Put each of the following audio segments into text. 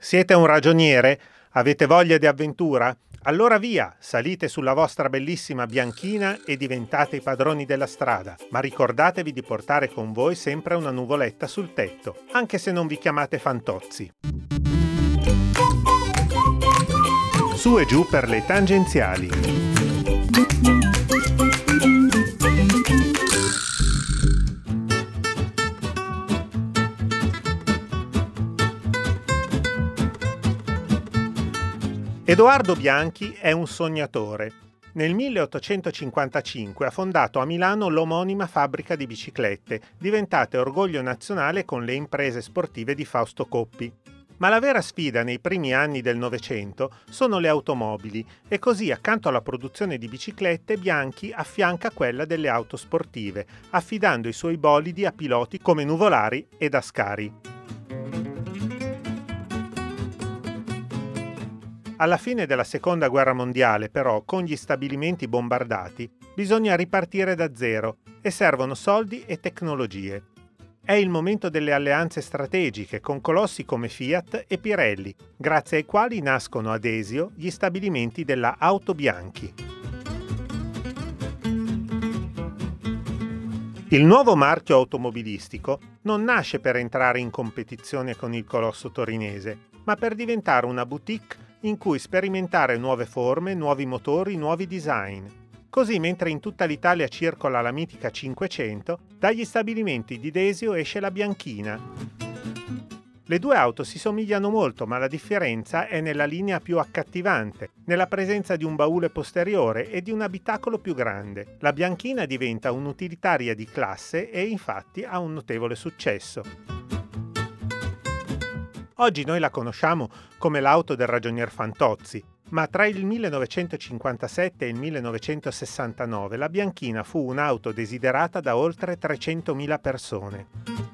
Siete un ragioniere? Avete voglia di avventura? Allora via, salite sulla vostra bellissima bianchina e diventate i padroni della strada, ma ricordatevi di portare con voi sempre una nuvoletta sul tetto, anche se non vi chiamate Fantozzi. Su e giù per le tangenziali. Edoardo Bianchi è un sognatore. Nel 1855 ha fondato a Milano l'omonima fabbrica di biciclette, diventate orgoglio nazionale con le imprese sportive di Fausto Coppi. Ma la vera sfida nei primi anni del Novecento sono le automobili e così accanto alla produzione di biciclette Bianchi affianca quella delle auto sportive, affidando i suoi bolidi a piloti come Nuvolari ed Ascari. Alla fine della Seconda Guerra Mondiale, però, con gli stabilimenti bombardati, bisogna ripartire da zero e servono soldi e tecnologie. È il momento delle alleanze strategiche con colossi come Fiat e Pirelli, grazie ai quali nascono ad Desio gli stabilimenti della Auto Bianchi. Il nuovo marchio automobilistico non nasce per entrare in competizione con il colosso torinese, ma per diventare una boutique in cui sperimentare nuove forme, nuovi motori, nuovi design. Così, mentre in tutta l'Italia circola la mitica 500, dagli stabilimenti di Desio esce la Bianchina. Le due auto si somigliano molto, ma la differenza è nella linea più accattivante, nella presenza di un baule posteriore e di un abitacolo più grande. La Bianchina diventa un'utilitaria di classe e infatti ha un notevole successo. Oggi noi la conosciamo come l'auto del ragionier Fantozzi, ma tra il 1957 e il 1969 la Bianchina fu un'auto desiderata da oltre 300.000 persone.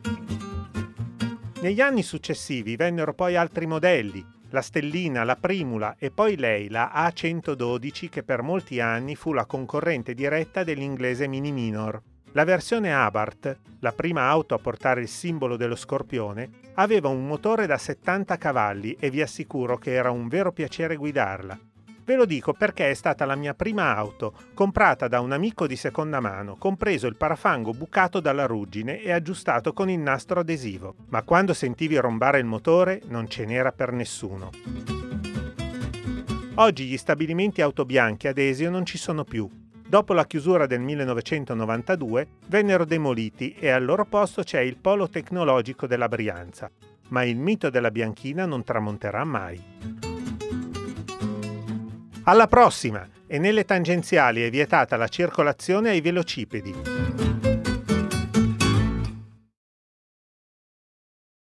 Negli anni successivi vennero poi altri modelli, la Stellina, la Primula e poi lei, la A112, che per molti anni fu la concorrente diretta dell'inglese Mini Minor. La versione Abarth, la prima auto a portare il simbolo dello scorpione, aveva un motore da 70 cavalli e vi assicuro che era un vero piacere guidarla. Ve lo dico perché è stata la mia prima auto, comprata da un amico di seconda mano, compreso il parafango bucato dalla ruggine e aggiustato con il nastro adesivo. Ma quando sentivi rombare il motore non ce n'era per nessuno. Oggi gli stabilimenti Auto Bianchi ad Desio non ci sono più. Dopo la chiusura del 1992 vennero demoliti e al loro posto c'è il polo tecnologico della Brianza. Ma il mito della Bianchina non tramonterà mai. Alla prossima! E nelle tangenziali è vietata la circolazione ai velocipedi.